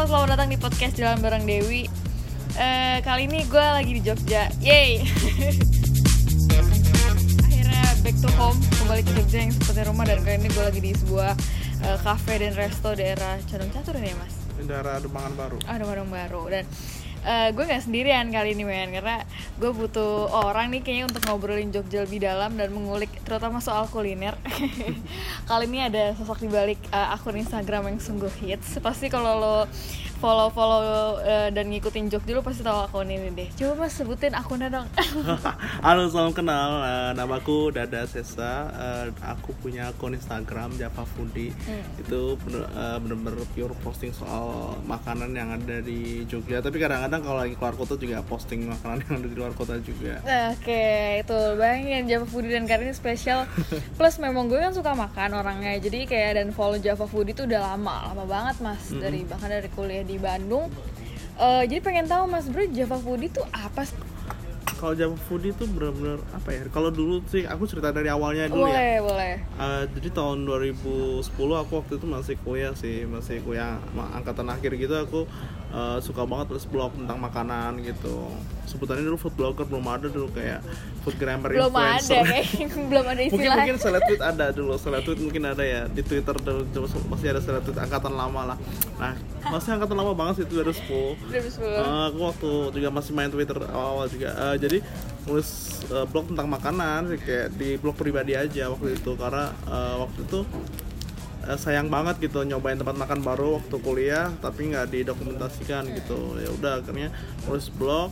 selamat datang di podcast Jalan Bareng Dewi. Kali ini gue lagi di Jogja. Yeay. Akhirnya back to home, kembali ke Jogja yang seperti rumah. Dan kali ini gue lagi di sebuah cafe dan resto daerah Condong Catur ya mas? Daerah Dembangan Baru. Dembangan Baru. Dan gue gak sendirian kali ini men, karena gue butuh orang nih kayaknya untuk ngobrolin Jogja lebih dalam dan mengulik terutama soal kuliner. Kali ini ada sosok di balik akun Instagram yang sungguh hits. Pasti kalau lo follow dan ngikutin Jogja lo pasti tahu akun ini deh. Coba mas sebutin akunnya dong. Halo, salam kenal. Namaku Dada Sesa. Aku punya akun Instagram Java Foodie. Itu bener-bener pure posting soal makanan yang ada di Jogja. Tapi kadang-kadang kalau lagi keluar kota juga posting makanan yang ada di luar kota juga. Oke, itu bayangin Java Foodie dan kali ini spesial. Plus memang gue kan suka makan orangnya. Jadi kayak dan follow Java Foodie itu udah lama banget mas. Bahkan dari kuliah di Bandung. Jadi pengen tahu mas bro, Java Foodie itu apa sih? Kalau Java Foodie itu benar-benar apa ya? Kalau dulu sih aku cerita dari awalnya dulu boleh. Jadi tahun 2010 aku waktu itu masih kuliah angkatan akhir gitu. Aku suka banget terus blog tentang makanan gitu. Sebutannya dulu food blogger, belum ada dulu kayak food grammar influencer. Belum ada istilah. Mungkin seleb-tweet ada dulu, seleb-tweet mungkin ada ya di Twitter dulu, masih ada seleb-tweet angkatan lama lah. Nah, masih angkatan lama banget sih itu 2010. Aku waktu juga masih main Twitter awal juga. Jadi nulis blog tentang makanan sih, kayak di blog pribadi aja waktu itu, karena waktu itu sayang banget gitu nyobain tempat makan baru waktu kuliah tapi nggak didokumentasikan gitu. Ya udah akhirnya nulis blog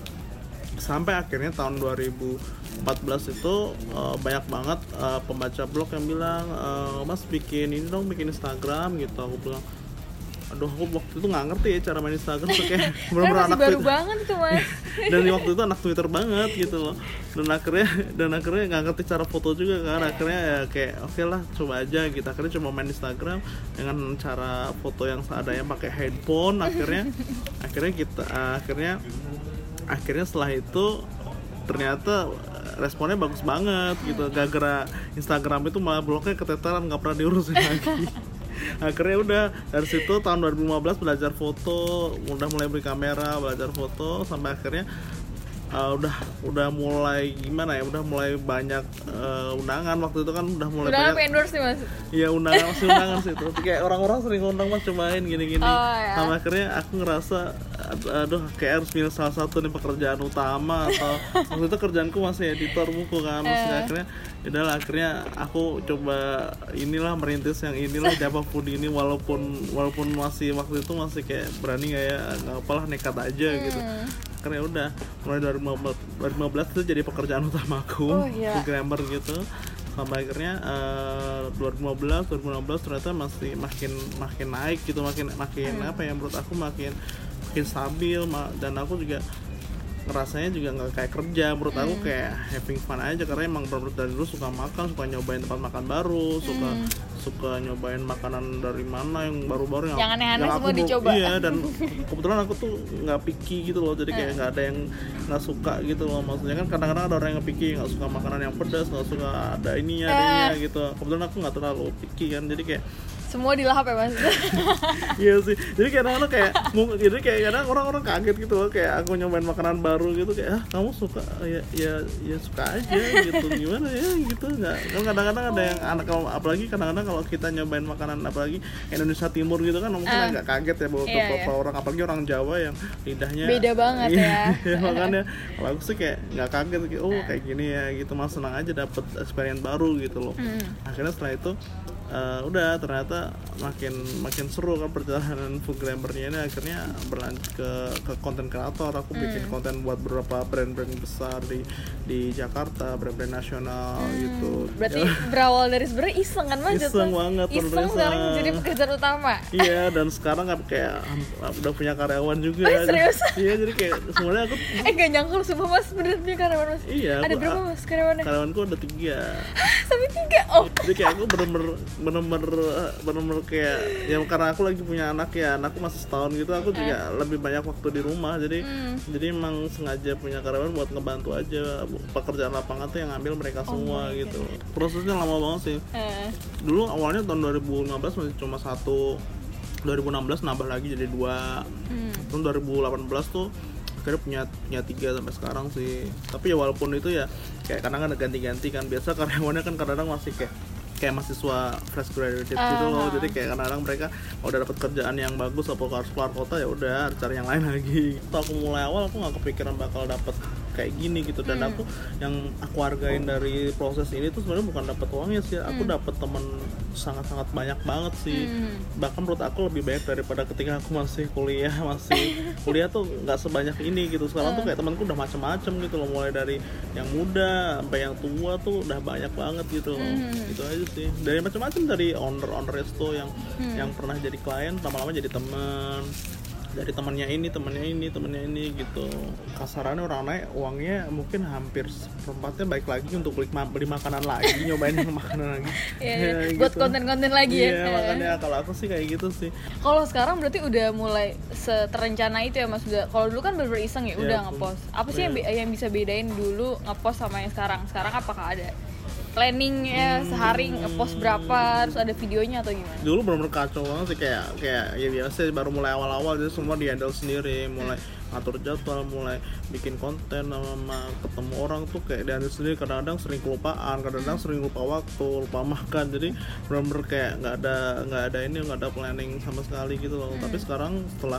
sampai akhirnya tahun 2014 itu banyak banget pembaca blog yang bilang mas bikin Instagram gitu. Aku bilang aduh, aku waktu itu nggak ngerti ya cara main Instagram tuh, kayak bener-bener anak baru Twitter banget tuh mas. Dan waktu itu anak Twitter banget gitu loh, dan akhirnya nggak ngerti cara foto juga kan. Akhirnya ya kayak oke lah coba aja gitu. Akhirnya coba main Instagram dengan cara foto yang seadanya pakai handphone. Akhirnya setelah itu ternyata responnya bagus banget gitu. Gara-gara Instagram itu malah blognya keteteran, nggak pernah diurusin lagi. Akhirnya udah dari situ tahun 2015 belajar foto, udah mulai beli kamera, belajar foto, sampai akhirnya udah mulai gimana ya, udah mulai banyak undangan. Waktu itu kan udah mulai banyak endorse nih mas. Iya, undangan sih itu. Kayak orang-orang sering undang mas cobain gini-gini. Ya. Sama akhirnya aku ngerasa aduh kayak harus pilih salah satu nih pekerjaan utama, atau waktu itu kerjaanku masih editor buku kan. Akhirnya udahlah, akhirnya aku coba merintis yang Java Foodie ini, walaupun masih waktu itu masih kayak berani nggak ya, nggak apalah, nekat aja gitu. Karena udah mulai 2015 itu jadi pekerjaan utamaku, programmer gitu. Sampai akhirnya 2016 ternyata masih makin naik gitu, makin apa ya, menurut aku makin stabil. Dan aku juga ngerasanya juga nggak kayak kerja, menurut aku kayak having fun aja, karena emang bener-bener dari dulu suka makan, suka nyobain tempat makan baru, suka nyobain makanan dari mana yang baru-baru yang aneh-aneh semua dicoba. Iya, dan kebetulan aku tuh nggak picky gitu loh, jadi kayak nggak ada yang nggak suka gitu loh. Maksudnya kan kadang-kadang ada orang yang picky, nggak suka makanan yang pedas, nggak suka ada ininya gitu. Kebetulan aku nggak terlalu picky kan, jadi kayak semua dilahap ya mas. Iya sih, jadi kadang-kadang kayak kadang orang-orang kaget gitu loh, kayak aku nyobain makanan baru gitu, kayak kamu suka ya suka aja gitu, gimana ya gitu. Nggak, kadang-kadang ada yang apalagi kadang-kadang kalau kita nyobain makanan apalagi Indonesia Timur gitu kan, mungkin agak kaget ya beberapa orang, apalagi orang Jawa yang lidahnya beda banget ya. Makanya kalau aku sih kayak nggak kaget, kayak kayak gini ya gitu, mas senang aja dapet experience baru gitu loh. Akhirnya setelah itu udah ternyata makin seru kan perjalanan food grammarnya ini. Akhirnya berlanjut ke konten kreator. Aku bikin konten buat beberapa brand-brand besar di Jakarta, brand-brand nasional gitu. Berarti berawal dari sebenarnya iseng kan mas? Iseng banget. Iseng sekarang jadi pekerjaan utama. Iya, dan sekarang kan kayak udah punya karyawan juga. Serius? Iya, jadi kayak sebenarnya aku gak nyangka lu semua mas bener punya karyawan mas. Iya. Ada berapa mas karyawannya? Karyawanku ada 3. Sampai 3? Jadi kayak aku bener-bener kayak ya, karena aku lagi punya anak ya, anakku masih setahun gitu, aku juga lebih banyak waktu di rumah. Jadi emang sengaja punya karyawan buat ngebantu aja pekerjaan lapangan tuh yang ngambil mereka semua gitu. Prosesnya lama banget sih. Dulu awalnya tahun 2015 masih cuma satu 2016 nambah lagi jadi 2. Terus 2018 tuh akhirnya punya 3 sampai sekarang sih. Tapi ya walaupun itu ya kayak kadang ada ganti-ganti kan, biasa karyawannya kan kadang masih kayak mahasiswa fresh graduate gitu loh. Jadi kayak kadang-kadang mereka kalau udah dapat kerjaan yang bagus atau harus keluar kota ya udah cari yang lain lagi. Waktu aku mulai awal aku nggak kepikiran bakal dapat kayak gini gitu, dan aku yang aku hargain dari proses ini tuh sebenarnya bukan dapat uangnya sih, aku dapat teman sangat-sangat banyak banget sih. Bahkan menurut aku lebih banyak daripada ketika aku masih kuliah tuh nggak sebanyak ini gitu. Sekarang tuh kayak temanku udah macam-macam gitu loh, mulai dari yang muda sampai yang tua tuh udah banyak banget gitu loh. Gitu aja sih, dari macam-macam, dari owner resto yang pernah jadi klien lama-lama jadi teman, dari temannya ini gitu. Kasarannya orang naik uangnya mungkin hampir seperempatnya baik lagi untuk beli makanan lagi, nyobain yang makanan lagi. Ya, buat gitu. Konten-konten lagi ya. Iya, makanya kalau aku sih kayak gitu sih. Kalau sekarang berarti udah mulai terencana itu ya Mas. Kalau dulu kan bener-bener iseng ya, udah ngepost. Apa sih yang bisa bedain dulu ngepost sama yang sekarang? Sekarang apakah ada planningnya sehari ngepost berapa, terus ada videonya atau gimana? Dulu bener-bener kacau banget sih, kayak ya biasa baru mulai awal-awal jadi semua di-handle sendiri, mulai ngatur jadwal, mulai bikin konten sama ketemu orang tuh kayak di-handle sendiri. Kadang-kadang sering kelupaan, kadang-kadang sering lupa waktu, lupa makan, jadi bener-bener kayak nggak ada planning sama sekali gitu loh. Tapi sekarang setelah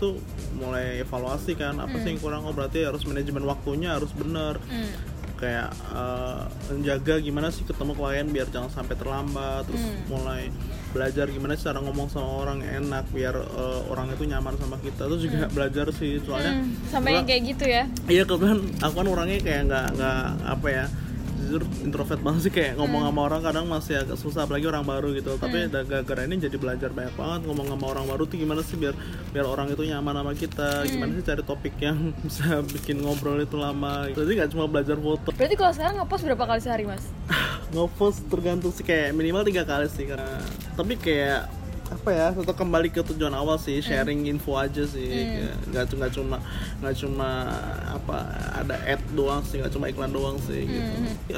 mulai evaluasi kan, apa sih yang kurang, berarti harus manajemen waktunya harus bener. Kayak menjaga gimana sih ketemu klien biar jangan sampai terlambat, terus mulai belajar gimana sih cara ngomong sama orang enak biar orang itu nyaman sama kita. Terus juga belajar sih soalnya sampai yang kayak gitu ya. Iya, kebetulan aku kan orangnya kayak nggak apa ya, jujur introvert banget sih, kayak ngomong sama orang kadang masih agak susah, apalagi orang baru gitu. Tapi gara-gara ini jadi belajar banyak banget ngomong sama orang baru tuh gimana sih biar orang itu nyaman sama kita, gimana sih cari topik yang bisa bikin ngobrol itu lama. Jadi nggak cuma belajar foto. Berarti kalau sekarang ngepost berapa kali sehari Mas? Ngepost tergantung sih, kayak minimal 3 kali sih karena, tapi kayak apa ya, tetap kembali ke tujuan awal sih, sharing info aja sih. Nggak cuma apa ada ad doang sih, nggak cuma iklan doang sih gitu.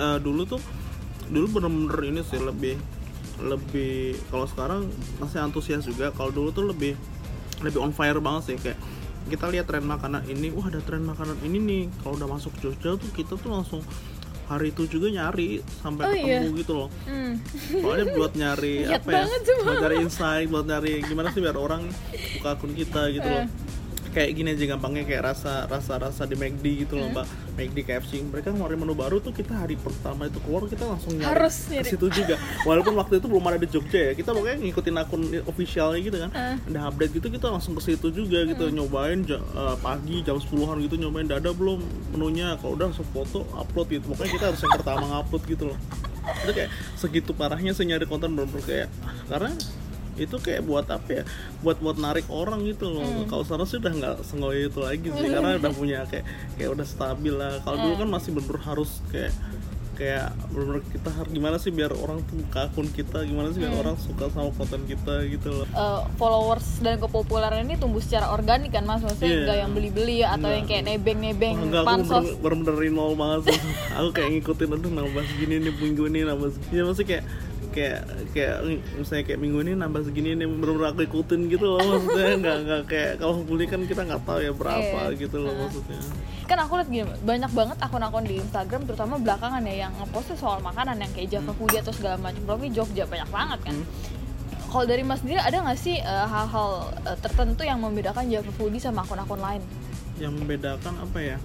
Dulu bener-bener ini sih lebih kalau sekarang masih antusias juga. Kalau dulu tuh lebih on fire banget sih, kayak kita lihat tren makanan ini, wah ada tren makanan ini nih, kalau udah masuk Jogja tuh kita tuh langsung hari itu juga nyari sampai ketemu gitu loh. Soalnya buat nyari apa ya, buat nyari insight, buat nyari gimana sih biar orang buka akun kita gitu loh. Kayak gini aja gampangnya, kayak rasa di McD gitu loh Mbak, McD, KFC, mereka ngeluarin menu baru tuh kita hari pertama itu keluar kita langsung nyari ke situ juga. Walaupun waktu itu belum ada di Jogja ya, kita pokoknya ngikutin akun officialnya gitu kan, ada update gitu kita langsung ke situ juga gitu, nyobain pagi jam 10-an gitu, nyobain dada belum menunya, kalau udah langsung foto upload gitu. Pokoknya kita harus yang pertama ngupload gitu loh. Itu kayak segitu parahnya sih nyari konten, bener-bener kayak, karena itu kayak buat apa ya, buat narik orang gitu loh. Kalau sekarang sih udah nggak sengoy itu lagi sih, karena udah punya kayak udah stabil lah. Kalau dulu kan masih bener harus kayak bener kita harus gimana sih biar orang tuh buka akun kita, gimana sih biar orang suka sama konten kita gitu loh. Followers dan kepopuleran ini tumbuh secara organik kan Mas, maksudnya nggak yang beli-beli atau yang kayak nebeng pansos. Aku bener-bener nol banget sih. Aku kayak ngikutin, aduh nambah segini nih minggu ini, nambah segini, ya masih kayak misalnya kayak minggu ini nambah segini nih, bener-bener aku ikutin gitu loh. Maksudnya nggak kayak kalau beli kan kita nggak tahu ya berapa gitu loh maksudnya. Kan aku lihat gini, banyak banget akun-akun di Instagram terutama belakangan ya yang ngepostnya soal makanan yang kayak Java Foodie atau segala macam. Tapi Jogja banyak banget kan. Kalau dari Mas sendiri ada nggak sih hal-hal tertentu yang membedakan Java Foodie sama akun-akun lain? Yang membedakan apa ya?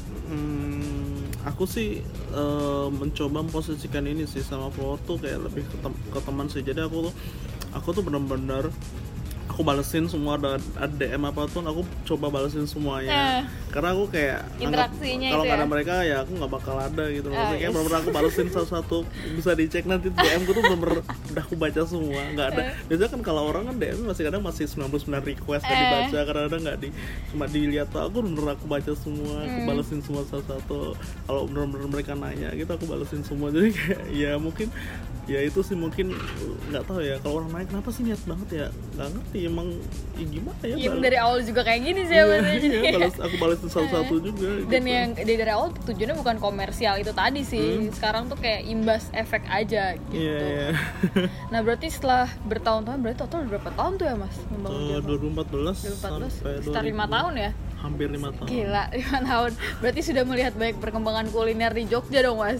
Aku sih mencoba memposisikan ini sih sama follower tuh kayak lebih ke teman sih. Jadi aku tuh benar-benar aku balesin semua, ada DM apapun aku coba balesin semuanya. Karena aku kayak interaksinya kalau nggak ya? ada mereka ya aku nggak bakal ada gitu. Maksudnya benar-benar aku balesin satu-satu, bisa dicek nanti DM ku tuh benar-benar udah aku baca semua, nggak ada. Biasanya kan kalau orang kan DM masih 99 request kan dibaca, kadang-kadang nggak cuma dilihat tuh. Aku benar-benar aku baca semua, aku balesin semua satu-satu. Kalau benar-benar mereka nanya gitu aku balesin semua. Jadi kayak ya mungkin ya itu sih mungkin nggak tahu ya kalau orang naik kenapa sih niat banget ya, nggak ngerti emang ya gimana ya. Emang dari awal juga kayak gini sih ya, iya, aku balas satu-satu juga dan gitu. yang dari awal tujuannya bukan komersial itu tadi sih, sekarang tuh kayak imbas efek aja gitu. Iya. Nah berarti setelah bertahun-tahun, berarti total berapa tahun tuh ya mas membangun Java? 2014 sampai sekitar 5 tahun ya. Hampir 5 tahun. Gila, 5 tahun. Berarti sudah melihat banyak perkembangan kuliner di Jogja dong, Mas.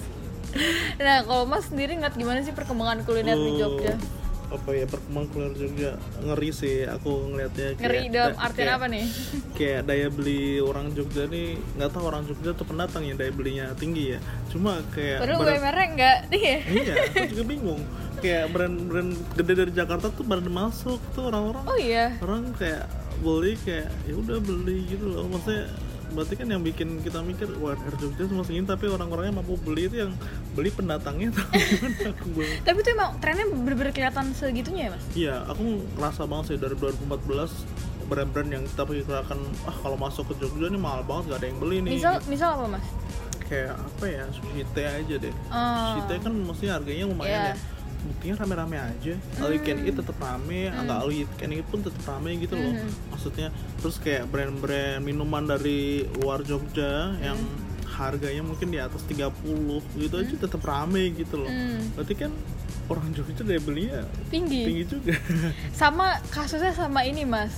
Nah, kalau Mas sendiri ngeliat gimana sih perkembangan kuliner di Jogja? Apa ya, perkembangan kuliner Jogja ngeri sih aku ngelihatnya. Ngeri dalam artian apa nih? Kayak daya beli orang Jogja nih, nggak tahu orang Jogja tuh pendatang ya daya belinya tinggi ya. Cuma kayak padahal UMR-nya nggak tinggi ya? Iya, aku juga bingung. Kayak brand-brand gede dari Jakarta tuh pada masuk tuh orang-orang. Oh iya. Orang kayak beli kayak ya udah beli gitu loh. Maksudnya berarti kan yang bikin kita mikir UMR Jogja cuma segini, tapi orang-orangnya mampu beli itu yang beli pendatangnya tuh gimana aku belum. Tapi itu emang trennya bener-bener kelihatan segitunya ya mas? Iya, aku ngerasa banget sih dari 2014 brand-brand yang kita pikirkan kalau masuk ke Jogja ini mahal banget, gak ada yang beli nih. Misal apa mas? Kayak apa ya, sushi teh aja deh. Sushi teh kan mesti harganya lumayan ya. Buktinya rame-rame aja. All you can eat tetap rame, enggak all you can eat pun tetap rame gitu loh. Maksudnya terus kayak brand-brand minuman dari luar Jogja yang harganya mungkin di atas 30 gitu aja tetap rame gitu loh. Berarti kan orang Jogja daya belinya tinggi juga. Sama kasusnya sama ini mas,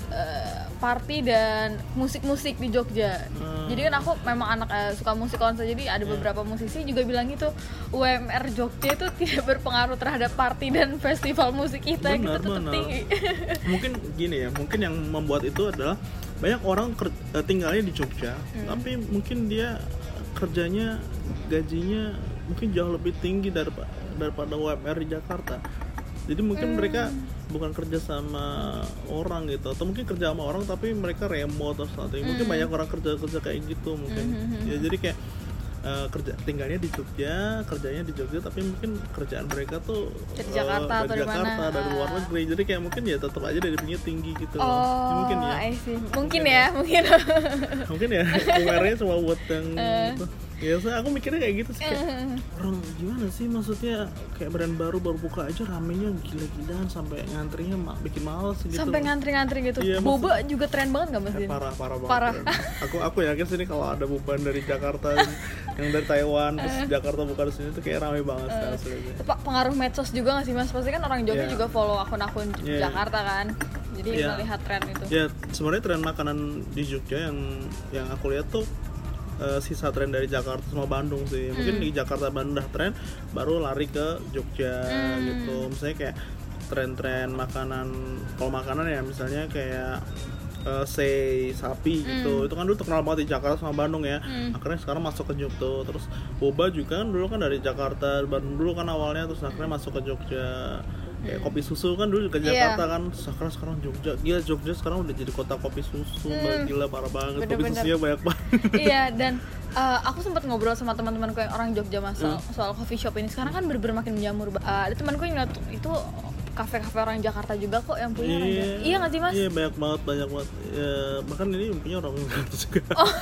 party dan musik-musik di Jogja. Jadi kan aku memang anak suka musik konser, jadi ada beberapa musisi juga bilang gitu UMR Jogja itu tidak berpengaruh terhadap party dan festival musik kita, gitu tetap tinggi. Mungkin gini ya, mungkin yang membuat itu adalah banyak orang tinggalnya di Jogja, tapi mungkin dia kerjanya gajinya mungkin jauh lebih tinggi daripada UMR di Jakarta. Jadi mungkin mereka bukan kerja sama orang gitu, atau mungkin kerja sama orang tapi mereka remote atau something. Mungkin banyak orang kerja kayak gitu mungkin. Ya jadi kayak kerja tinggalnya di Jogja, kerjanya di Jogja, tapi mungkin kerjaan mereka tuh di Jakarta atau di mana? Dari luar negeri. Jadi kayak mungkin ya tetap aja dari punya tinggi gitu. Mungkin ya. Mungkin ya. UMR-nya cuma buat yang gitu. Ya, aku mikirnya kayak gitu sih, kayak orang gimana sih, maksudnya kayak brand baru buka aja ramenya gila-gilaan sampai ngantrinya bikin males gitu. Sampai ngantri-ngantri gitu. Iya, boba juga tren banget nggak mas? Parah banget. Aku yakin sih nih kalau ada buban dari Jakarta yang dari Taiwan terus Jakarta buka di sini tuh kayak ramai banget aslinya. Pengaruh medsos juga nggak sih mas? Pasti kan orang Jogja juga follow akun-akun Jakarta kan. Jadi melihat tren itu. Ya sebenarnya tren makanan di Jogja yang aku lihat tuh sisa tren dari Jakarta sama Bandung sih. Mungkin di Jakarta Bandung udah tren, baru lari ke Jogja gitu. Misalnya kayak tren-tren makanan, kalau makanan ya misalnya kayak sei sapi gitu. Itu kan dulu terkenal banget di Jakarta sama Bandung ya. Akhirnya sekarang masuk ke Jogja. Terus boba juga kan dulu kan dari Jakarta, Bandung dulu kan awalnya, terus akhirnya masuk ke Jogja. Kayak kopi susu kan dulu ke Jakarta kan, sekarang Jogja. Gila, Jogja sekarang udah jadi kota kopi susu. Gila, parah banget. Bener-bener. Kopi susunya banyak banget. Iya, dan aku sempat ngobrol sama teman-temanku yang orang Jogja mas soal coffee shop ini. Sekarang kan bener-bener makin menjamur. Ada temanku yang ngeliat itu kafe-kafe orang Jakarta juga kok yang punya orang Jogja. Iya nggak sih mas? Iya, banyak banget ya, bahkan ini punya orang Jakarta juga.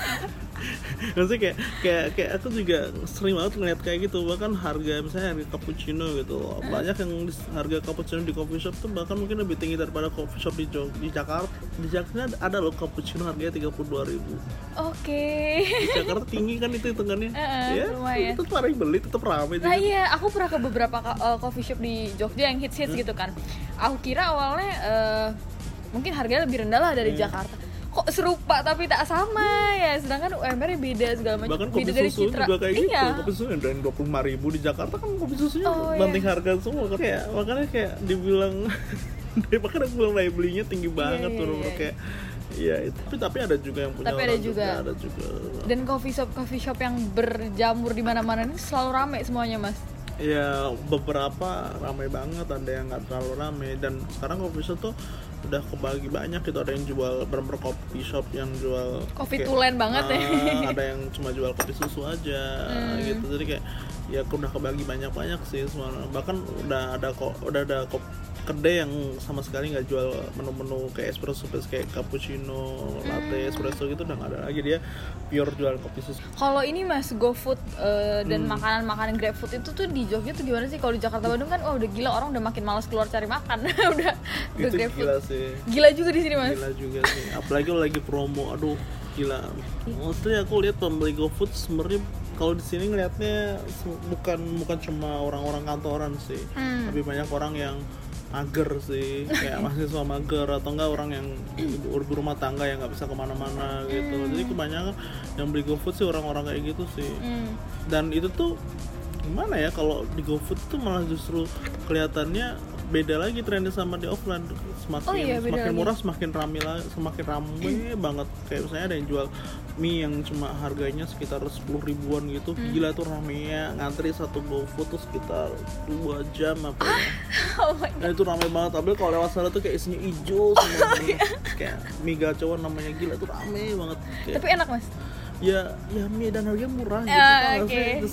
Maksudnya kayak aku juga sering banget ngeliat kayak gitu. Bahkan harga misalnya harga cappuccino gitu, banyak yang harga cappuccino di coffee shop tuh bahkan mungkin lebih tinggi daripada coffee shop di Jakarta. Di Jakarta ada loh cappuccino harganya 32.000. Oke. Di Jakarta tinggi kan itu hitungannya. Ya, lumayan. Tetap orang yang beli, tetap ramai. Nah iya, aku pernah ke beberapa coffee shop di Jogja yang hits gitu kan. Aku kira awalnya mungkin harganya lebih rendah lah dari Jakarta. Kok serupa tapi tak sama ya, sedangkan UMR-nya beda segala macam. Bahkan kopi dari susu citra. juga kayak gitu. Iya. Kopi susu yang dari 25.000 di Jakarta kan kopi susunya banting harga semua kan. Kayak makanya kayak dibilang bahkan aku bilang daya belinya tinggi banget tuh. Kayak iya, tapi ada juga yang punya. Tapi ada juga. Dan coffee shop yang berjamur di mana-mana ini selalu rame semuanya, Mas. Ya, beberapa ramai banget, ada yang nggak terlalu ramai. Dan sekarang coffee shop tuh udah kebagi banyak gitu. Ada yang jual bener-bener coffee shop yang jual kopi tulen banget ya. Ada yang cuma jual kopi susu aja gitu. Jadi kayak ya udah kebagi banyak sih semua. Bahkan udah ada kedai yang sama sekali nggak jual menu-menu kayak espresso kayak cappuccino, latte, espresso gitu udah nggak ada lagi, dia pure jual kopi susu. Kalau ini Mas, GoFood dan makanan-makanan GrabFood itu tuh di Jogja tuh gimana sih? Kalau di Jakarta Bandung kan udah gila, orang udah makin malas keluar cari makan. udah Itu GrabFood. gila sih. Gila juga di sini Mas. Gila juga sih. Apalagi lagi promo, aduh gila. Maksudnya aku lihat pembeli GoFood sebenarnya kalau di sini ngelihatnya bukan cuma orang-orang kantoran sih, tapi banyak orang yang mager sih, kayak mahasiswa mager atau enggak orang yang ibu rumah tangga yang nggak bisa kemana-mana gitu. Jadi kebanyakan yang beli GoFood sih orang-orang kayak gitu sih. Dan itu tuh gimana ya, kalau di GoFood tuh malah justru kelihatannya beda lagi trennya sama di offline. Semakin murah semakin rame banget. Kayak misalnya ada yang jual mie yang cuma harganya sekitar 10 ribuan gitu. Gila tuh ramenya, ngantri satu GoFood tuh sekitar 2 jam apa ya. Nah itu rame banget, apalagi kalau lewat sana tuh kayak isinya hijau semua. Kayak mie gacauan namanya, gila tuh rame banget kayak, tapi enak Mas? ya mie dan harganya murah gitu.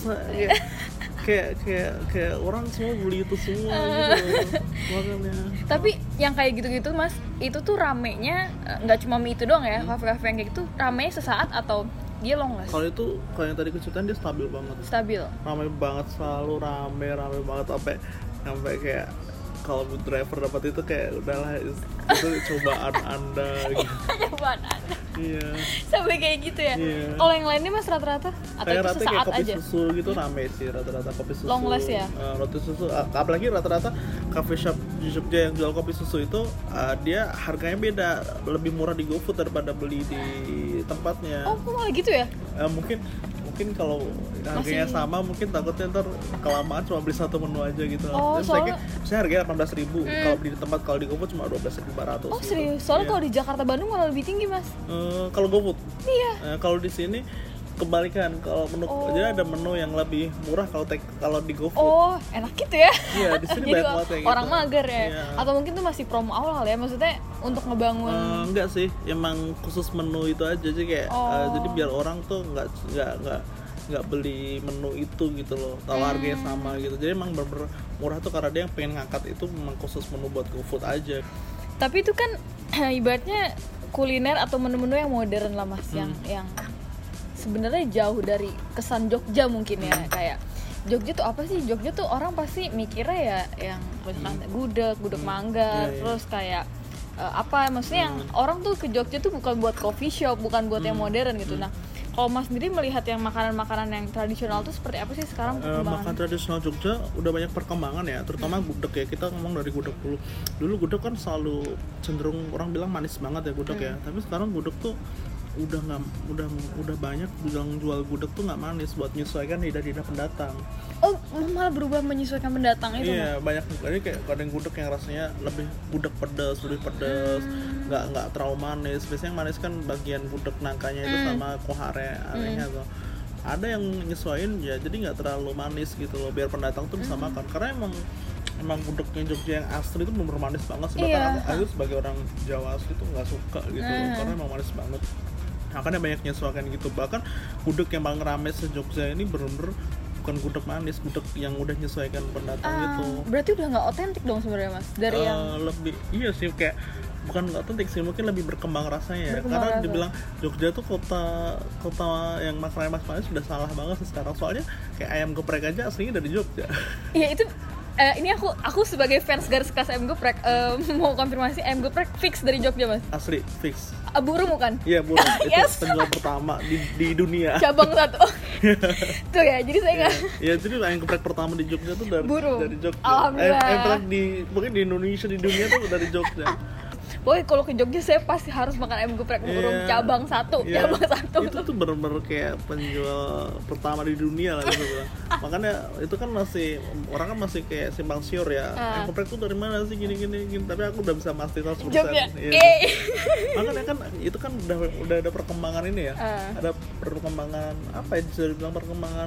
Kayak orang semua beli itu semua gitu makanya. Tapi yang kayak gitu-gitu Mas, itu tuh ramenya nggak cuma mie itu doang ya, kafe-kafe yang kayak gitu ramenya sesaat atau dia long last? Kalau itu, kalau yang tadi keceritain dia stabil banget. Stabil. Rame banget, selalu rame banget sampai kayak kalau driver dapat itu kayak udahlah itu cobaan Anda gitu. Cobaan Anda. Iya. Sampai kayak gitu ya. Iya. Kalau yang lainnya Mas rata-rata atau kayak itu rata sesaat kayak kopi aja? susu gitu rame sih rata-rata kopi susu. Long last ya? Roti susu, apalagi rata-rata coffee shop di Jogja yang jual kopi susu itu dia harganya beda, lebih murah di GoFood daripada beli di tempatnya. Oh, kok malah gitu ya? Mungkin kalau harganya sama, mungkin takutnya ntar kelamaan cuma beli satu menu aja gitu. Oh, Misalnya harganya 18.000, kalau beli di tempat, kalau di GoFood cuma 12.500. Oh serius? Soalnya kalau di Jakarta Bandung malah lebih tinggi Mas. Kalau GoFood? Iya. Kalau di sini kebalikan, kalau menu jadi ada menu yang lebih murah kalau di GoFood. Oh, enak gitu ya? Iya, di sini Jadi banyak banget kayak gitu. orang mager ya? Iya. Atau mungkin tuh masih promo awal kali ya? Maksudnya untuk ngebangun. Enggak sih, emang khusus menu itu aja sih kayak jadi biar orang tuh nggak beli menu itu gitu loh, tahu harganya sama gitu. Jadi emang bener-bener murah tuh karena dia yang pengen ngangkat itu memang khusus menu buat GoFood aja. Tapi itu kan ibaratnya kuliner atau menu-menu yang modern lah Mas, yang sebenarnya jauh dari kesan Jogja mungkin ya. Kayak Jogja tuh apa sih? Jogja tuh orang pasti mikirnya ya yang misalkan gudeg manggar, terus kayak apa maksudnya yang orang tuh ke Jogja tuh bukan buat coffee shop, bukan buat yang modern gitu. Nah, kalau Mas sendiri melihat yang makanan-makanan yang tradisional tuh seperti apa sih sekarang perkembangan? Makan tradisional Jogja udah banyak perkembangan ya, terutama gudeg ya. Kita ngomong dari gudeg dulu. Dulu gudeg kan selalu cenderung orang bilang manis banget ya gudeg ya. Tapi sekarang gudeg tuh udah banyak bilang jual gudeg tuh nggak manis buat menyesuaikan lidah pendatang. Oh, malah berubah menyesuaikan pendatang itu? Iya, banyak. Jadi kayak kadang gudeg yang rasanya lebih gudeg pedas, nggak terlalu manis. Biasanya yang manis kan bagian gudeg nangkanya itu sama kohare arenya tuh. Ada yang nyesuaiin ya, jadi nggak terlalu manis gitu loh, biar pendatang tuh bisa makan. Karena emang gudegnya Jogja yang asli itu bener manis banget. Bahkan aku sebagai orang Jawa asli tuh nggak suka gitu, karena emang manis banget. Makanya banyak nyesuaikan gitu. Bahkan gudeg yang paling rame se-Jogja ini bener-bener bukan gudeg manis, gudeg yang udah nyesuaikan pendatang gitu. Berarti udah nggak otentik dong sebenarnya Mas dari yang lebih iya sih, kayak bukan nggak otentik sih, mungkin lebih berkembang rasanya ya. Karena dibilang Jogja tuh kota yang makanan manis sudah salah banget sih sekarang. Soalnya kayak ayam geprek aja aslinya dari Jogja. Iya itu. Ini aku sebagai fans garis keras ayam geprek mau konfirmasi, ayam geprek fix dari Jogja Mas? Asli fix. Burung bukan? Iya burung. Itu penjual pertama di dunia. Cabang satu. Tuh ya, jadi saya nggak. Iya, jadi ayam geprek pertama di Jogja tuh dari Jogja. Alhamdulillah. Ayam geprek mungkin di Indonesia, di dunia tuh dari Jogja. Pokoknya kalau ke Jogja saya pasti harus makan ayam geprek burung cabang satu. Itu tuh bener-bener kayak penjual pertama di dunia lah gitu bilang. Makanya itu kan orang kan masih kayak simpang siur ya. Ayam geprek tuh dari mana sih gini. Tapi aku udah bisa pasti 100%. Jogja. Makanya kan itu kan udah ada perkembangan ini ya. Ada perkembangan apa ya, bisa dibilang perkembangan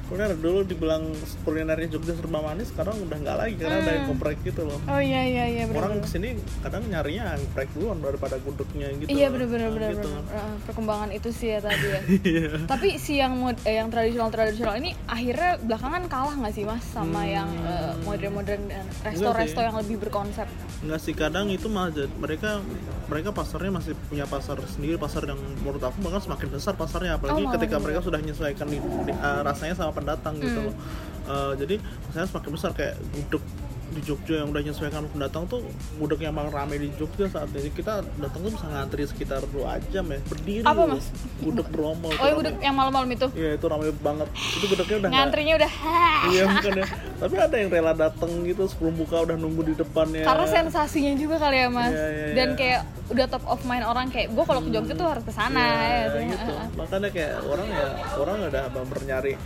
kuliner dulu dibilang kulinernya Jogja serba manis, sekarang udah nggak lagi karena ada yang geprek gitu loh. Oh iya Orang benar. kesini kadang nyarinya geprek duluan daripada gudegnya gitu. Iya benar gitu. perkembangan itu sih ya tadi ya. Iya. Tapi si yang yang tradisional ini akhirnya belakangan kalah nggak sih mas sama yang modern dan resto yang lebih berkonsep? Enggak sih, kadang itu malah mereka pasarnya masih punya pasar sendiri, pasar yang menurut aku bahkan semakin besar pasarnya, apalagi ketika mereka sudah menyesuaikan rasanya sama pendatang gitu loh. Jadi misalnya semakin besar kayak gudeg di Jogja yang udah menyesuaikan pendatang tuh, gudeg yang paling ramai di Jogja saat ini, kita datang tuh bisa ngantri sekitar 2 jam ya, berdiri. Apa loh. mas? Gudeg Bromo. Oh yang gudeg yang malam-malam itu? Iya itu ramai banget, itu gudegnya udah ngantrinya udah iya bukan ya, tapi ada yang rela datang gitu sebelum buka udah nunggu di depannya karena sensasinya juga kali ya mas. Iya. Dan kayak udah top of mind orang, kayak gue kalau ke Jogja tuh harus kesana ya, gitu. Makanya kayak orang udah nyari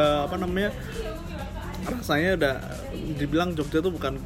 rasanya udah dibilang Jogja tuh bukan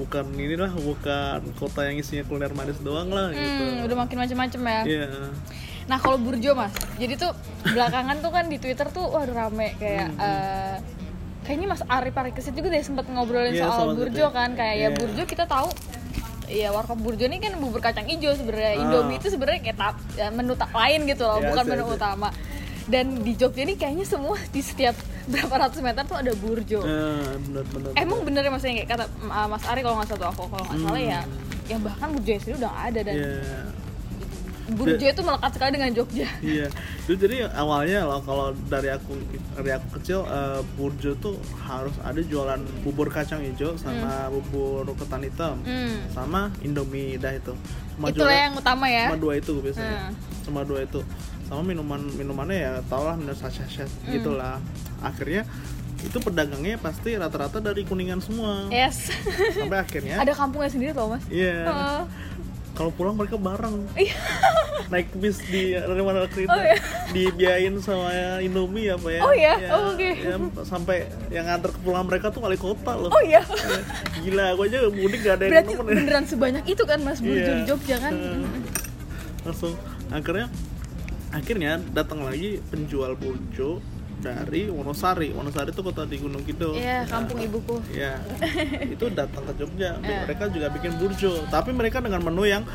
kota yang isinya kuliner manis doang lah gitu. Udah makin macem-macem ya. Iya. Nah kalau burjo mas, jadi tuh belakangan tuh kan di Twitter tuh waduh rame kayak kayaknya Mas Arif Parikesit juga deh sempat ngobrolin soal burjo kan, kayak ya burjo kita tahu ya warkop burjo ini kan bubur kacang hijau sebenarnya. Indomie itu sebenarnya kayak menu lain gitu loh, bukan menu utama. Dan di Jogja ini kayaknya semua di setiap berapa ratus meter tuh ada burjo. Bener. Emang bener ya maksudnya kayak kata Mas Ari kalau nggak salah ya bahkan burjo sendiri udah nggak ada dan burjo itu melekat sekali dengan Jogja. Iya. Jadi awalnya loh kalau dari aku kecil burjo tuh harus ada jualan bubur kacang hijau sama bubur ketan hitam sama Indomie dah itu. Itulah yang utama ya. Cuma 2 itu biasanya. Cuma 2 itu. Sama minumannya ya tau lah, minum sachet gitulah. Akhirnya itu pedagangnya pasti rata-rata dari Kuningan semua. Yes. Sampai akhirnya ada kampungnya sendiri loh mas. Iya. Kalau pulang mereka bareng. Naik bis dari mana kereta. Dibiayain sama Indomie apa ya. Oh iya. Oke. Ya, sampai yang nganter ke pulang mereka tuh wali kota loh. Oh iya. Gila, aku aja mudik gak ada yang berarti beneran sebanyak itu kan mas burjo di Jogja kan. Langsung akhirnya datang lagi penjual burjo dari Wonosari. Wonosari itu kota di Gunung Kidul. Iya, kampung ibuku. Iya. Itu datang ke Jogja. Mereka juga bikin burjo, tapi mereka dengan menu yang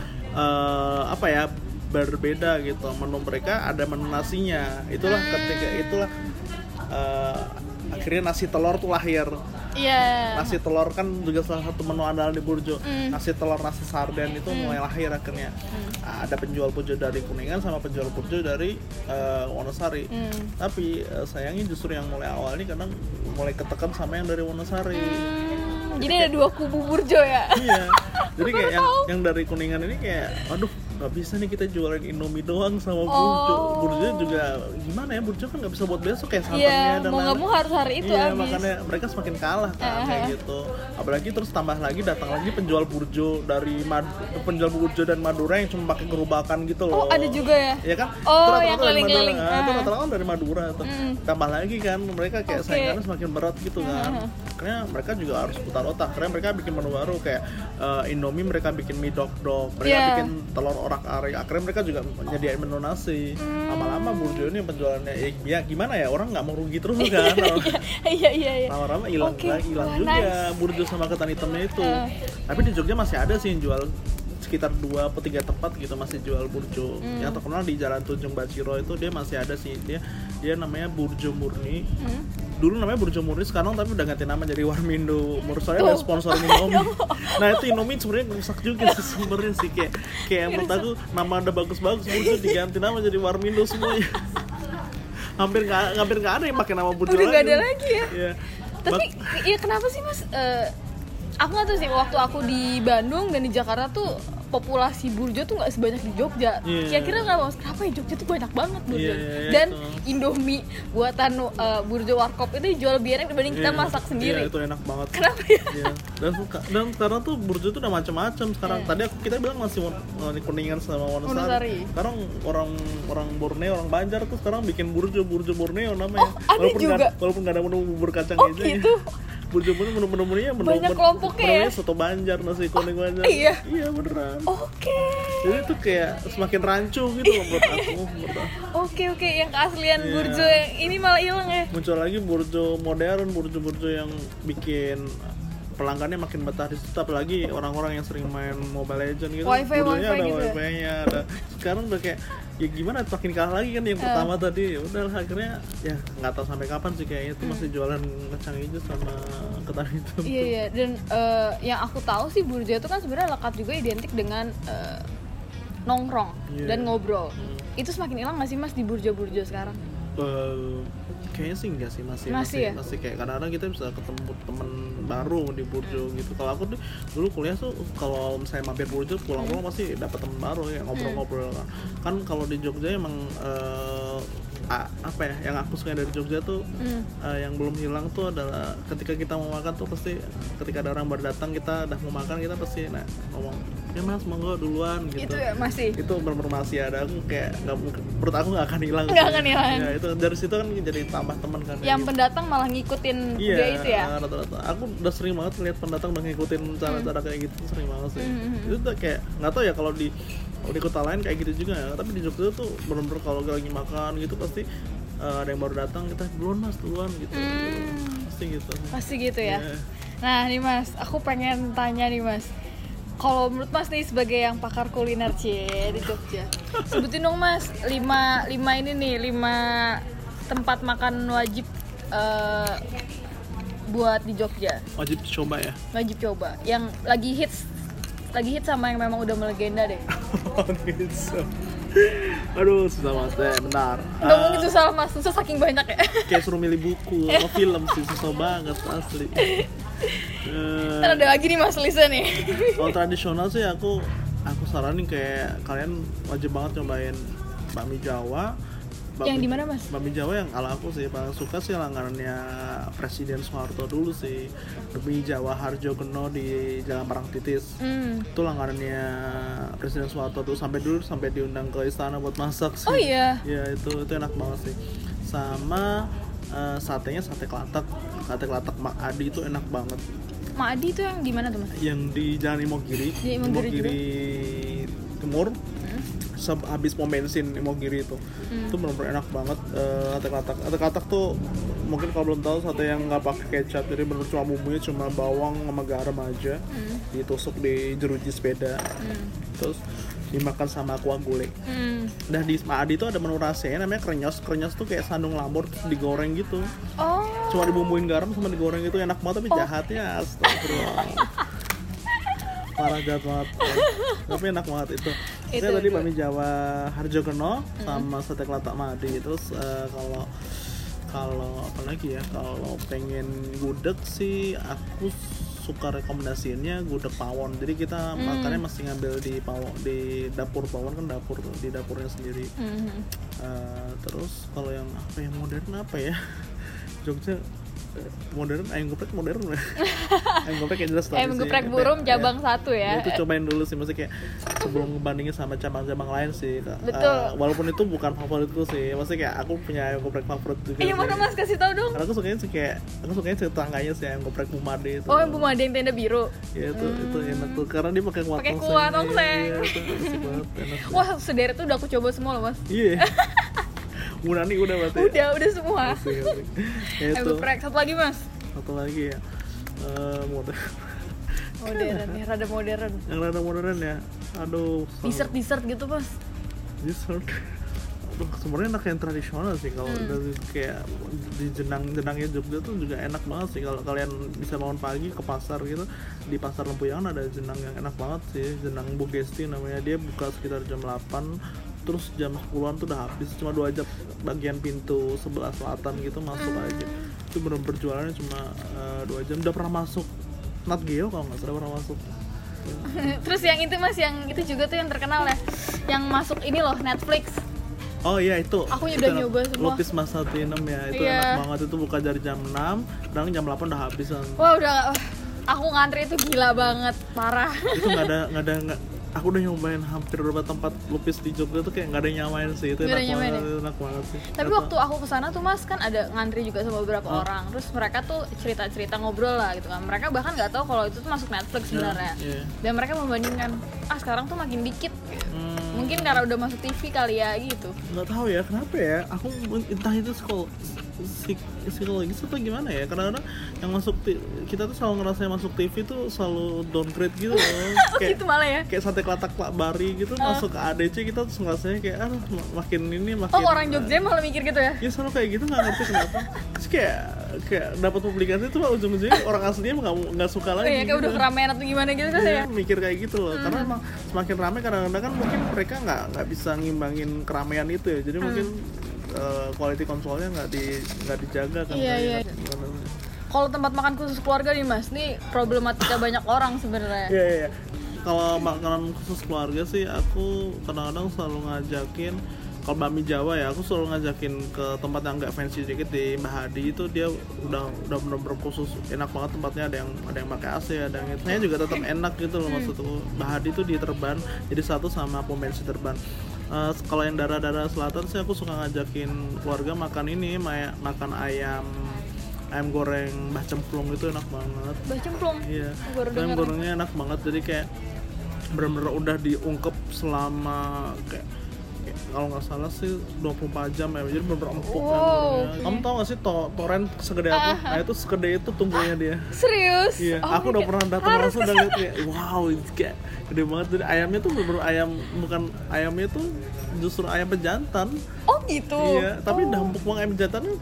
berbeda gitu. Menu mereka ada menu nasinya. Itulah akhirnya nasi telur tuh lahir. Iya. Nasi telur kan juga salah satu menu andalan di burjo. Nasi telur, nasi sarden itu mulai lahir akhirnya. Ada penjual burjo dari Kuningan sama penjual burjo dari Wonosari. Tapi sayangnya justru yang mulai awal ini kadang mulai ketekan sama yang dari Wonosari. Jadi ada 2 kubu burjo ya. Iya. Jadi kayak yang dari Kuningan ini kayak aduh nggak bisa nih kita jualan Indomie doang sama burjo. Burjo juga gimana ya, burjo kan nggak bisa buat besok kayak santannya dan mau nggak mau harus hari itu habis. Makanya mereka semakin kalah kan kayak gitu. Apalagi terus tambah lagi datang lagi penjual burjo dan Madura yang cuma pakai gerobakan gitu loh. Oh ada juga ya? Iya kan? Yang keliling-keliling. Itu rata-rata dari Madura tuh. Tambah lagi kan mereka kayak saingannya semakin berat gitu kan. Karena mereka juga harus putar otak. Karena mereka bikin menu baru kayak Indomie, mereka bikin mie dok-dok, mereka bikin telur orak-arik. Akhirnya mereka juga menyediain menu nasi. Lama-lama burjo ini penjualannya ya gimana ya, orang nggak mau rugi terus kan. Iya. Lama-lama hilang juga burjo sama ketan hitamnya itu. Tapi di Jogja masih ada sih yang jual, sekitar 2 atau 3 tempat gitu masih jual burjo. Yang terkenal di Jalan Tunjung Baciro itu dia masih ada sih, dia namanya Burjo Murni. Dulu namanya Burjo Murni, sekarang tapi udah ganti nama jadi Warmindo. Menurut saya ada sponsor Indomie. Nah itu Indomie sebenarnya rusak juga sih sebenarnya sih, kayak menurut aku nama ada bagus-bagus, Burjo diganti nama jadi Warmindo semuanya. hampir nggak ada yang pakai nama Burjo lagi. Udah nggak ada lagi ya. Yeah. Tapi ya kenapa sih mas? Aku nggak tahu sih, waktu aku di Bandung dan di Jakarta tuh populasi burjo tuh nggak sebanyak di Jogja. Kira-kira kenapa ya Jogja tuh banyak banget burjo. Dan itu. Indomie buatan burjo warkop itu dijual lebih enak dibanding kita masak sendiri. Iya, itu enak banget. Kenapa ya? Dan sekarang tuh burjo tuh udah macam-macam sekarang. Tadi kita bilang masih di Kuningan sama Wonosari. Sekarang orang Borneo, orang Banjar tuh sekarang bikin burjo Borneo namanya. Ada juga. Walaupun nggak ada menu bubur kacang gitu. Burjo-burjo menu-menunya Banyak kelompoknya ya? soto Banjar, nasi kuning Banjar. Iya? Iya beneran. Oke. Jadi itu kayak semakin rancu gitu loh menurut aku. Oke, yang keaslian Iya. burjo yang ini malah hilang ya. Muncul lagi burjo modern, burjo-burjo yang bikin pelanggannya makin betah di situ, apalagi orang-orang yang sering main Mobile Legends gitu. Wifi burjonya ada gitu ya? wifi-nya, ada. Sekarang udah kayak ya gimana makin kalah lagi kan yang pertama tadi. Ya udah akhirnya ya nggak tahu sampai kapan sih kayaknya itu masih jualan kacang hijau sama ketan hitam. Iya, dan yang aku tahu sih burjo itu kan sebenarnya lekat juga identik dengan nongkrong Iya. dan ngobrol. Itu semakin hilang nggak sih mas di burjo-burjo sekarang? Kayaknya sih enggak sih, masih Ya? masih kayak kadang-kadang kita bisa ketemu temen baru di Burjo gitu. Kalau aku tuh dulu kuliah tuh kalau misalnya mampir Burjo pulang-pulang pasti dapat temen baru ya, ngobrol-ngobrol kan kalau di Jogja emang apa ya yang aku suka dari Jogja tuh yang belum hilang tuh adalah ketika kita mau makan tuh pasti ketika ada orang baru datang kita udah mau makan kita pasti ngomong ya mas monggo duluan gitu. Itu ya masih. Itu benar-benar masih ada, aku kayak nggak menurut aku nggak akan hilang. Nggak akan hilang. Ya itu dari situ kan jadi tambah teman kan. Yang pendatang malah ngikutin dia itu ya. Iya, rata-rata. Aku udah sering banget lihat pendatang udah ngikutin cara-cara kayak gitu, sering banget sih. Itu tuh kayak nggak tahu ya kalau di kota lain kayak gitu juga ya. Tapi di Jogja tuh benar-benar kalau lagi makan gitu pasti ada yang baru datang kita duluan mas duluan gitu. Pasti gitu. Pasti gitu ya. Yeah. Nah nih mas, aku pengen tanya nih mas. Kalau menurut mas nih sebagai yang pakar kuliner di Jogja, sebutin dong mas 5 tempat makan wajib buat di Jogja. Wajib coba ya. Wajib coba. Yang lagi hits sama yang memang udah melegenda deh. Gitu. Aduh susah banget deh, bentar. Nggak mungkin susah mas, susah saking banyak ya. Kayak suruh milih buku atau film sih, susah banget asli. Ntar ada lagi nih mas Lisa nih. Kalau tradisional sih aku saranin kayak kalian wajib banget cobain bakmi Jawa. Yang di mana mas? Bakmi Jawa yang ala aku sih paling suka sih langganannya Presiden Soeharto dulu sih. Bakmi Jawa Harjogeno di Jalan Parangtritis. Itu langganannya Presiden Soeharto dulu sampai diundang ke istana buat masak sih. Oh iya. Iya itu enak banget sih. Sama satenya sate kelatak Mak Adi itu enak banget. Mak Adi itu yang di mana tuh mas? Yang di Jalan Imogiri. Di Imogiri Timur. Habis pom bensin Imogiri itu benar-benar enak banget. Sate kelatak tuh mungkin kalau belum tahu sate yang nggak pakai kecap, jadi benar cuma bumbunya cuma bawang sama garam aja, ditusuk di jeruji sepeda, terus dimakan sama kuah gulai. Dan di Mak Adi itu ada menu rasanya namanya krenyos tuh kayak sandung lamur terus digoreng gitu. Cuma dibumbuin garam sama digoreng gitu, enak banget tapi jahatnya astagfirullah. Parah jahat banget. Tapi enak banget itu. Saya tadi bakmi Jawa Harjogeno sama sate kelatak Mak Adi. Terus kalau apa lagi ya? Kalau pengen gudeg sih aku suka rekomendasiinnya gudeg pawon. Jadi kita makannya mesti ngambil di dapur pawon kan di dapurnya sendiri. Terus kalau yang apa yang modern apa ya? Jogja modern, ayam geprek modern. Ayam geprek yang jelas ayam geprek burung cabang 1 ya. Itu cobain dulu sih, maksudnya kayak sebelum ngebandingin sama cabang-cabang lain sih. Betul. Walaupun itu bukan favoritku sih, maksudnya kayak aku punya ayam geprek favorit juga. Iya mana mas, kasih tahu dong. Karena aku sukanya tetangganya sih ayam geprek Bumade itu. Oh yang Bumade yang tenda biru. Iya itu enak tuh, karena dia pakai kuah tongseng. Iya itu asik banget, enak. Wah sederet tuh udah aku coba semua loh mas. Iya. Munani udah berarti. Udah semua. Asik. Ayam geprek, satu lagi mas. Satu lagi ya. Modern ya, rada modern. Yang rada modern ya. Aduh. Dessert gitu mas. Dessert. Aduh, sebenarnya enak yang tradisional sih kalau dari kayak di jenangnya Jogja tuh juga enak banget sih kalau kalian bisa bangun pagi ke pasar gitu. Di pasar Lempuyangan ada jenang yang enak banget sih, jenang Bu Gesti namanya. Dia buka sekitar jam 8 terus jam 10-an tuh udah habis, cuma 2 jam bagian pintu sebelah selatan gitu masuk aja. Itu bener-bener jualannya cuma 2 jam. Udah pernah masuk Nat Geo kalau nggak salah pernah masuk. Terus yang itu mas, yang itu juga tuh yang terkenal ya, yang masuk ini loh Netflix. Oh iya itu. Aku udah nyoba semua. Lupis Mas 16 ya, itu enak banget. Itu buka dari jam 6, kadang jam 8 udah habisan. Wah udah, aku ngantri itu gila banget, parah. Itu nggak aku udah nyobain hampir beberapa tempat lupis di Jogja tuh kayak nggak ada yang nyamain sih. Itu enak banget, itu enak banget sih. Tapi waktu aku kesana tuh Mas kan ada ngantri juga sama beberapa orang. Terus mereka tuh cerita-cerita ngobrol lah gitu kan. Mereka bahkan nggak tahu kalau itu tuh masuk Netflix sebenarnya. Dan mereka membandingkan, sekarang tuh makin dikit. Mungkin karena udah masuk TV kali ya gitu. Nggak tahu ya kenapa ya. Aku entah itu psikologis atau gimana ya. Kadang-kadang yang masuk kita tuh selalu ngerasa yang masuk TV tuh selalu downgrade gitu loh. Kayak gitu malah ya. Kayak sate kelatak bari gitu masuk ke ADC kita tuh ngerasanya kayak makin orang Jogja malah mikir gitu ya. Ya selalu kayak gitu, nggak ngerti kenapa. Terus kayak dapat publikasi tuh ujung-ujungnya orang aslinya nggak suka lagi. Kayak gitu. Udah keramaian atau gimana gitu kan ya. Mikir kayak gitu loh. Karena emang semakin ramai kadang-kadang kan mungkin mereka nggak bisa ngimbangin keramaian itu ya. Jadi mungkin quality controlnya nggak dijaga kan. Iya. Kalau tempat makan khusus keluarga nih Mas, nih problematika banyak orang sebenarnya. Iya. Kalau makanan khusus keluarga sih aku kadang-kadang selalu ngajakin, kalau bakmi Jawa ya aku selalu ngajakin ke tempat yang agak fancy dikit di Mbah Hadi. Itu dia udah bener-bener khusus, enak banget tempatnya, ada yang pakai AC, ada yang itu. Saya juga tetap enak gitu loh maksudku. Mbah Hadi tuh di Terban, jadi satu sama pom bensin Terban. Kalau yang daerah-daerah selatan sih aku suka ngajakin keluarga makan ini, makan ayam goreng Mbah Cemplung, itu enak banget. Mbah Cemplung? Iya, ayam gorengnya enak banget, jadi kayak bener-bener udah diungkep selama kayak kalau nggak salah sih 24 jam ya, jadi bener-bener empuk gorengnya. Kamu tau nggak sih toren segede apa? Nah itu segede itu tunggunya dia. Serius? Iya, aku udah pernah datang langsung dan lihat kayak wow, kayak gede banget. Jadi ayamnya tuh bener-bener ayam, bukan ayamnya tuh justru ayam pejantan. Oh gitu? Iya, tapi udah empuk banget. Ayam pejantan kan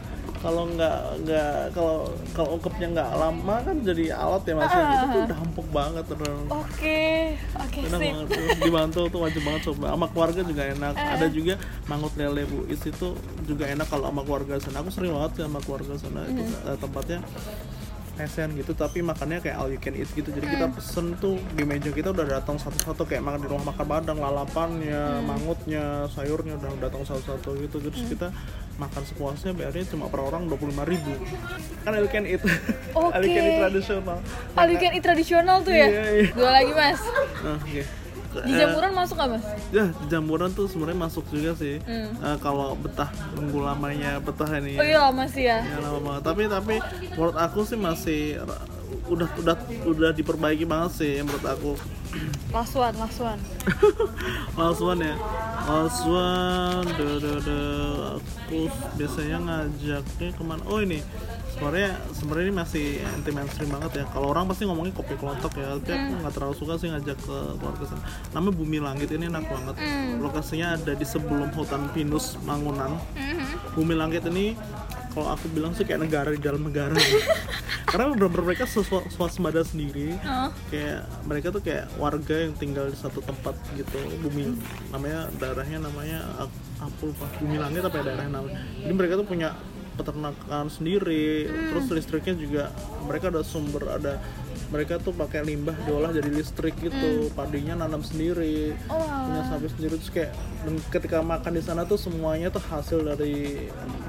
kalau ungkepnya nggak lama kan jadi alat ya masih itu tuh udah empuk banget terus. Oke sih. Dibantu tuh wajib banget coba. Sama keluarga juga enak. Ada juga mangut lele Bu Is, itu juga enak kalau sama keluarga sana. Aku sering banget sama keluarga sana. Itu tempatnya pesen gitu, tapi makannya kayak all you can eat gitu. Jadi kita pesen tuh di meja kita udah datang satu-satu, kayak makan di rumah makan Padang, lalapannya, mangutnya, sayurnya udah datang satu-satu gitu. Terus kita makan sepuasnya, bayarnya cuma per orang 25.000. Kan all you can eat. All you can eat tradisional. All you can eat tradisional tuh ya? Iya. Dua lagi Mas. Oke. Di Jamuran masuk nggak Mas? Ya, di Jamuran tuh sebenarnya masuk juga sih. Kalau nunggu lamanya betah ini. Oh iya lama sih ya. Ya lama banget. Tapi menurut aku sih masih udah diperbaiki banget sih menurut aku. Last one. Last one. Aku biasanya ngajaknya kemana? Oh ini. Sebenarnya ini masih anti mainstream banget ya. Kalau orang pasti ngomongin kopi kelotok ya, tapi aku nggak terlalu suka sih ngajak ke keluarga sana. Namanya Bumi Langit, ini enak banget. Lokasinya ada di sebelum Hutan Pinus Mangunan. Bumi Langit ini kalau aku bilang sih kayak negara di dalam negara gitu. Karena bener-bener mereka swasembada sendiri. Kayak mereka tuh kayak warga yang tinggal di satu tempat gitu. Bumi daerahnya namanya aku lupa, Bumi Langit apa ya daerahnya namanya. Jadi mereka tuh punya peternakan sendiri, terus listriknya juga mereka ada mereka tuh pakai limbah diolah jadi listrik gitu, padinya nanam sendiri, punya sapi sendiri. Terus kayak ketika makan di sana tuh semuanya tuh hasil dari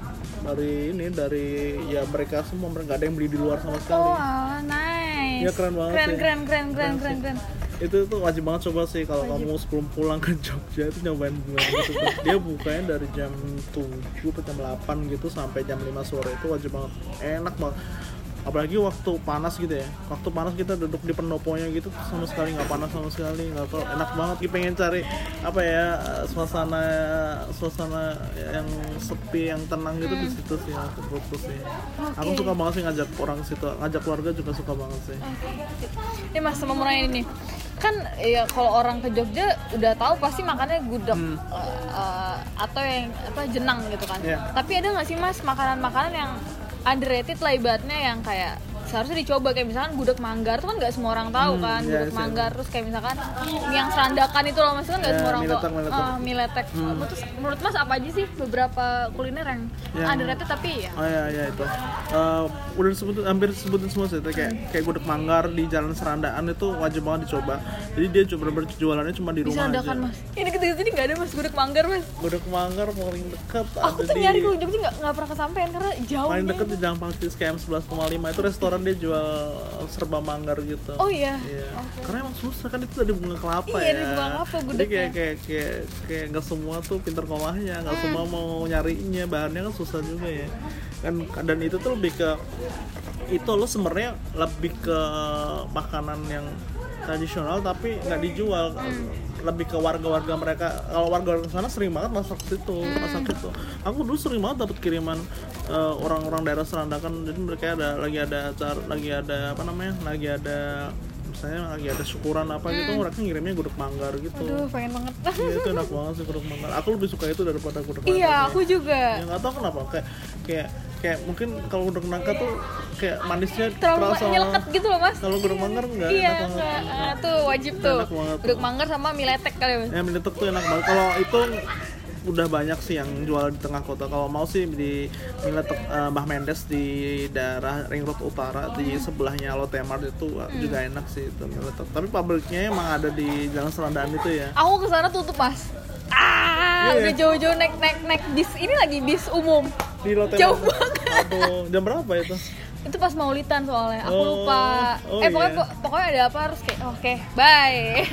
ya mereka semua, mereka nggak ada yang beli di luar sama sekali. Nice. Ya keren banget. Keren. Itu tuh wajib banget coba sih kalau kamu sebelum pulang ke Jogja itu nyobain Bumi Langit itu. Dia bukanya dari jam 7 atau jam 8 gitu sampai jam 5 sore, itu wajib banget, enak banget. Apalagi waktu panas gitu ya, waktu panas kita duduk di pendoponya gitu sama sekali nggak panas sama sekali, nggak tahu, enak banget. Pengen cari apa ya, suasana yang sepi, yang tenang gitu di situ sih aku sih. Aku suka banget sih ngajak orang situ, ngajak keluarga juga suka banget sih. Ini Mas sama mau nanya ini kan ya, kalau orang ke Jogja udah tahu pasti makannya gudeg atau yang jenang gitu kan. Tapi ada nggak sih Mas makanan-makanan yang underrated lah ibaratnya, yang kayak seharusnya dicoba, kayak misalkan gudeg Manggar tuh kan nggak semua orang tahu kan, gudeg Manggar. Terus kayak misalkan yang serandakan itu loh Mas, kan nggak semua orang tahu. Miletek. Terus menurut Mas apa aja sih beberapa kuliner yang underrated tapi ya? Oh ya itu. Udah hampir disebutin semua sih. Kayak gudeg Manggar di Jalan Serandaan itu wajib banget dicoba. Jadi dia jualannya cuma di rumah aja. Mas. Ini sini nggak ada Mas gudeg Manggar Mas. Gudeg Manggar paling dekat. Aku tuh nyari ke Jogja nggak pernah kesampean karena jauh. Paling dekat di Jalan Pakis KM 11,5 itu restoran Utara dia jual serba manggar gitu. Oh iya. Iya. Okay. Karena emang susah kan, itu dari bunga kelapa Iya, ya. dari bunga kelapa Jadi gudegnya. kayak nggak semua tuh pinter ngolahnya, nggak semua mau nyarinya, bahannya kan susah juga ya. Kan dan itu tuh lebih ke itu lo sebenarnya lebih ke makanan yang tradisional tapi nggak dijual. Lebih ke warga-warga mereka. Kalau warga-warga sana sering banget masak situ. Aku dulu sering banget dapat kiriman orang-orang daerah Serandakan. Jadi mereka lagi ada misalnya lagi ada syukuran apa gitu, mereka ngirimnya gudeg manggar gitu. Aduh, pengen banget. Iya, itu enak banget sih gudeg manggar. Aku lebih suka itu daripada gudeg nangka. Iya, aku juga. Ya nggak tahu kenapa, kayak mungkin kalau gudeg nangka tuh kayak manisnya Terlalu terasa nyeleket gitu loh, Mas. Kalau gudeg manggar enggak, Iya, enak banget. enggak. Tuh wajib tuh. Enak banget. Gudeg manggar sama mie letek kali, Mas. Ya mie letek tuh enak banget. Kalau itu udah banyak sih yang jual di tengah kota. Kalau mau sih di mie letek Mbah Mendes di daerah Ring Road Utara di sebelahnya Lotte Mart itu juga enak sih itu mie letek. Tapi pabriknya emang ada di Jalan Serandaan itu ya. Aku kesana tutup, Mas. Iya. Udah jauh-jauh naik bis ini lagi bis umum. Di Lotte Jauh Mart. banget. Aduh, jam berapa itu? Itu pas Maulidan soalnya, aku Oh, lupa. oh Pokoknya ada apa harus kayak oke, bye.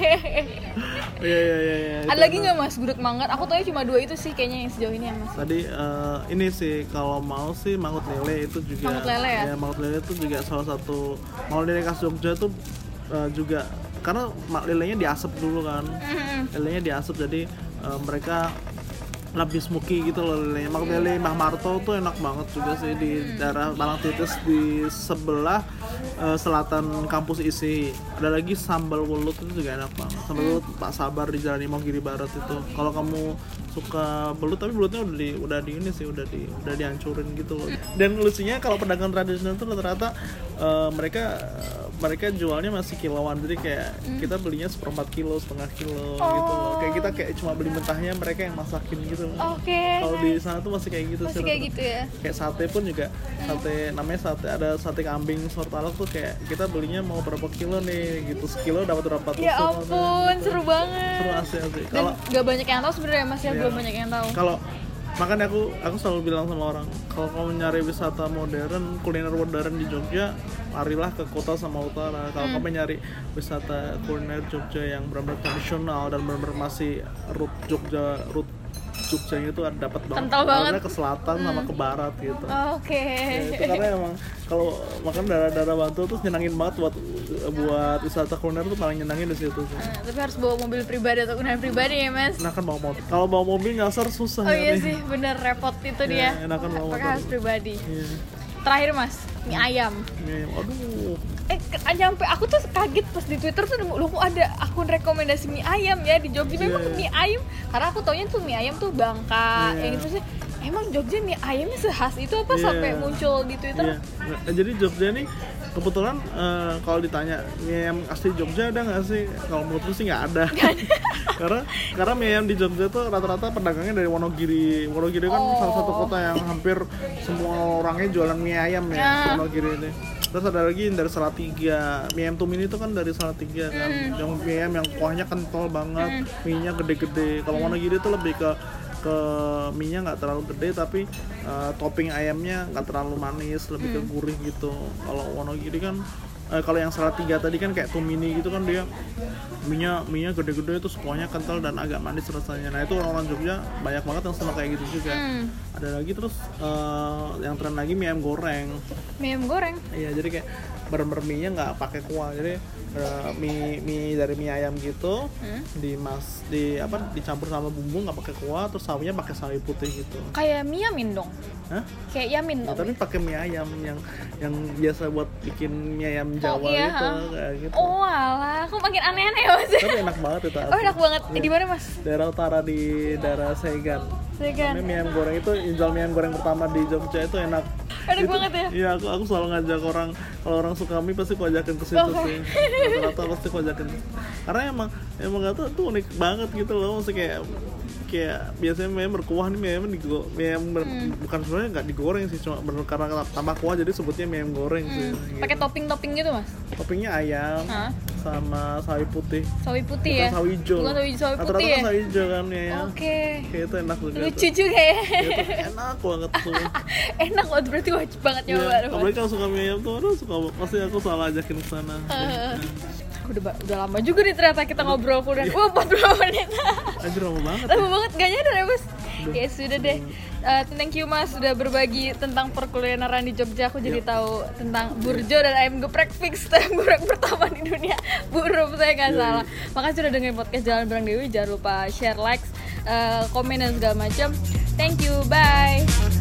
Iya. Ada lagi nggak, Mas, gudeg manggar? Aku taunya cuma 2 itu sih kayaknya yang sejauh ini ya, Mas. Tadi ini sih kalau mau sih mangut lele itu juga. Mangut lele ya? Ya, mangut lele itu juga salah satu. Mangut lele khas Jogja tuh juga karena lelenya diasap dulu kan. Lelenya diasap jadi mereka lebih smoky gitu loh lelenya. Mangut lele Mbah Marto tuh enak banget juga sih di daerah Malang Titis di sebelah selatan kampus ISI. Ada lagi sambal welut itu juga enak banget. Sambal welut Pak Sabar di Jalan Imogiri Barat itu. Kalau kamu suka belut, tapi belutnya udah dihancurin gitu loh. Dan lucunya kalau pedagang tradisional tuh rata-rata mereka jualnya masih kiloan, jadi kayak kita belinya 1/4 kilo, setengah kilo gitu loh. Kayak kita kayak cuma beli mentahnya, mereka yang masakin gitu loh. Oke. Kalau di sana tuh masih kayak gitu Masih sih. kayak gitu ya. Kayak sate pun juga ada sate kambing sortalok tuh kayak kita belinya mau berapa kilo nih gitu, sekilo dapat berapa tusuk. Ya ampun, seru banget. Seru asli. Dan gak banyak yang tahu sebenarnya, Mas, ya, belum banyak yang tahu. Kalau makanya aku selalu bilang sama orang, kalau kamu nyari wisata modern, kuliner modern di Jogja, marilah ke kota sama utara. Kalau kamu nyari wisata kuliner Jogja yang benar-benar tradisional dan benar-benar masih root Jogja itu dapat banget. Kental banget. Ke selatan sama ke barat gitu. Oke. Ya, itu karena emang kalau makan daerah Bantul tuh nyenangin banget buat wisata kuliner tuh paling nyenangin di situ sih. Tapi harus bawa mobil pribadi atau kendaraan pribadi ya, Mas. Nah kan bawa mobil. Kalau bawa mobil nyasar susah. Oh iya nih. sih, bener repot itu Ya, dia. enakan bawa Pakai motor. harus pribadi. Iya. Terakhir, Mas, mie ayam. Aduh. Nyampe aku tuh kaget pas di Twitter tuh loh, kok ada akun rekomendasi mie ayam ya di Jogja. Memang mie ayam, karena aku taunya tuh mie ayam tuh Bangka, yang itu sih. Emang Jogja mie ayamnya sehas itu apa sampai muncul di Twitter? Nah, jadi Jogja nih kebetulan kalau ditanya mie ayam asli Jogja ada nggak sih? Kalau menurutku sih nggak ada. karena mie ayam di Jogja tuh rata-rata pedagangnya dari Wonogiri. Wonogiri kan salah satu kota yang hampir semua orangnya jualan mie ayam ya, Wonogiri ini. Terus ada lagi dari Salatiga, mie ayam Tumini itu kan dari Salatiga kan, yang mie ayam yang kuahnya kental banget, mie-nya gede-gede. Kalau Wonogiri itu lebih ke mie-nya nggak terlalu gede tapi topping ayamnya nggak terlalu manis, lebih ke gurih gitu. Kalau Wonogiri kan kalau yang Salatiga tadi kan kayak Tumini gitu kan dia mie-nya gede-gede terus kuahnya kental dan agak manis rasanya. Nah itu orang-orang Jogja banyak banget yang senang kayak gitu juga. Ada lagi terus yang tren lagi mie ayam goreng. Mie ayam goreng? Iya, jadi kayak bener-bener mie-nya nggak pakai kuah, jadi mie dari mie ayam gitu dicampur sama bumbu nggak pakai kuah, terus sawinya pakai sawi putih gitu. Kayak mie yamin dong? Hah? Kayak yamin dong? Tapi pakai mie ayam yang biasa buat bikin mie ayam Jawa gitu, kayak gitu. Oh alah, aku makin aneh-aneh ya, Mas. Tapi enak banget itu. Oh enak banget. Di mana, Mas? Daerah utara di daerah Segan. Namanya mie ayam goreng itu, jual mie ayam goreng pertama di Jogja itu enak. Enak banget ya? Iya, aku selalu ngajak orang, kalau orang suka mie pasti aku ajakin ke situ sih. Rata-rata pasti aku ajakin. Karena emang nggak tahu tuh unik banget gitu loh, maksudnya kayak biasanya mie ayam berkuah nih, mie ayam bukan sebenarnya nggak digoreng sih, cuma bener karena tambah kuah jadi sebutnya mie ayam goreng sih. Gitu. Pakai topping gitu mas? Toppingnya ayam sama sawi putih. Sawi putih bukan ya? Sawi hijau. Bukan sawi putih Rata-rata ya? kan sawi hijau kan ya. Oke. Kayak itu enak juga. Lucu juga ya. Itu enak banget tuh. Enak banget, berarti wajib banget nyoba. Apalagi kalau suka mie ayam tuh, aduh suka, pasti aku selalu ajakin ke sana. Udah lama juga nih ternyata kita ngobrol kuliner. Wah, 40 menit. Anjir lama banget. Lama banget, gak nyadar ya mas. Ya sudah deh. Thank you mas sudah berbagi tentang perkulineran di Jogja. Aku jadi tahu tentang burjo dan ayam geprek fix. Ayam geprek pertama di dunia. Burung saya nggak salah. Makasih sudah dengerin podcast Jalan Bareng Dewi. Jangan lupa share, like, komen dan segala macam. Thank you, bye.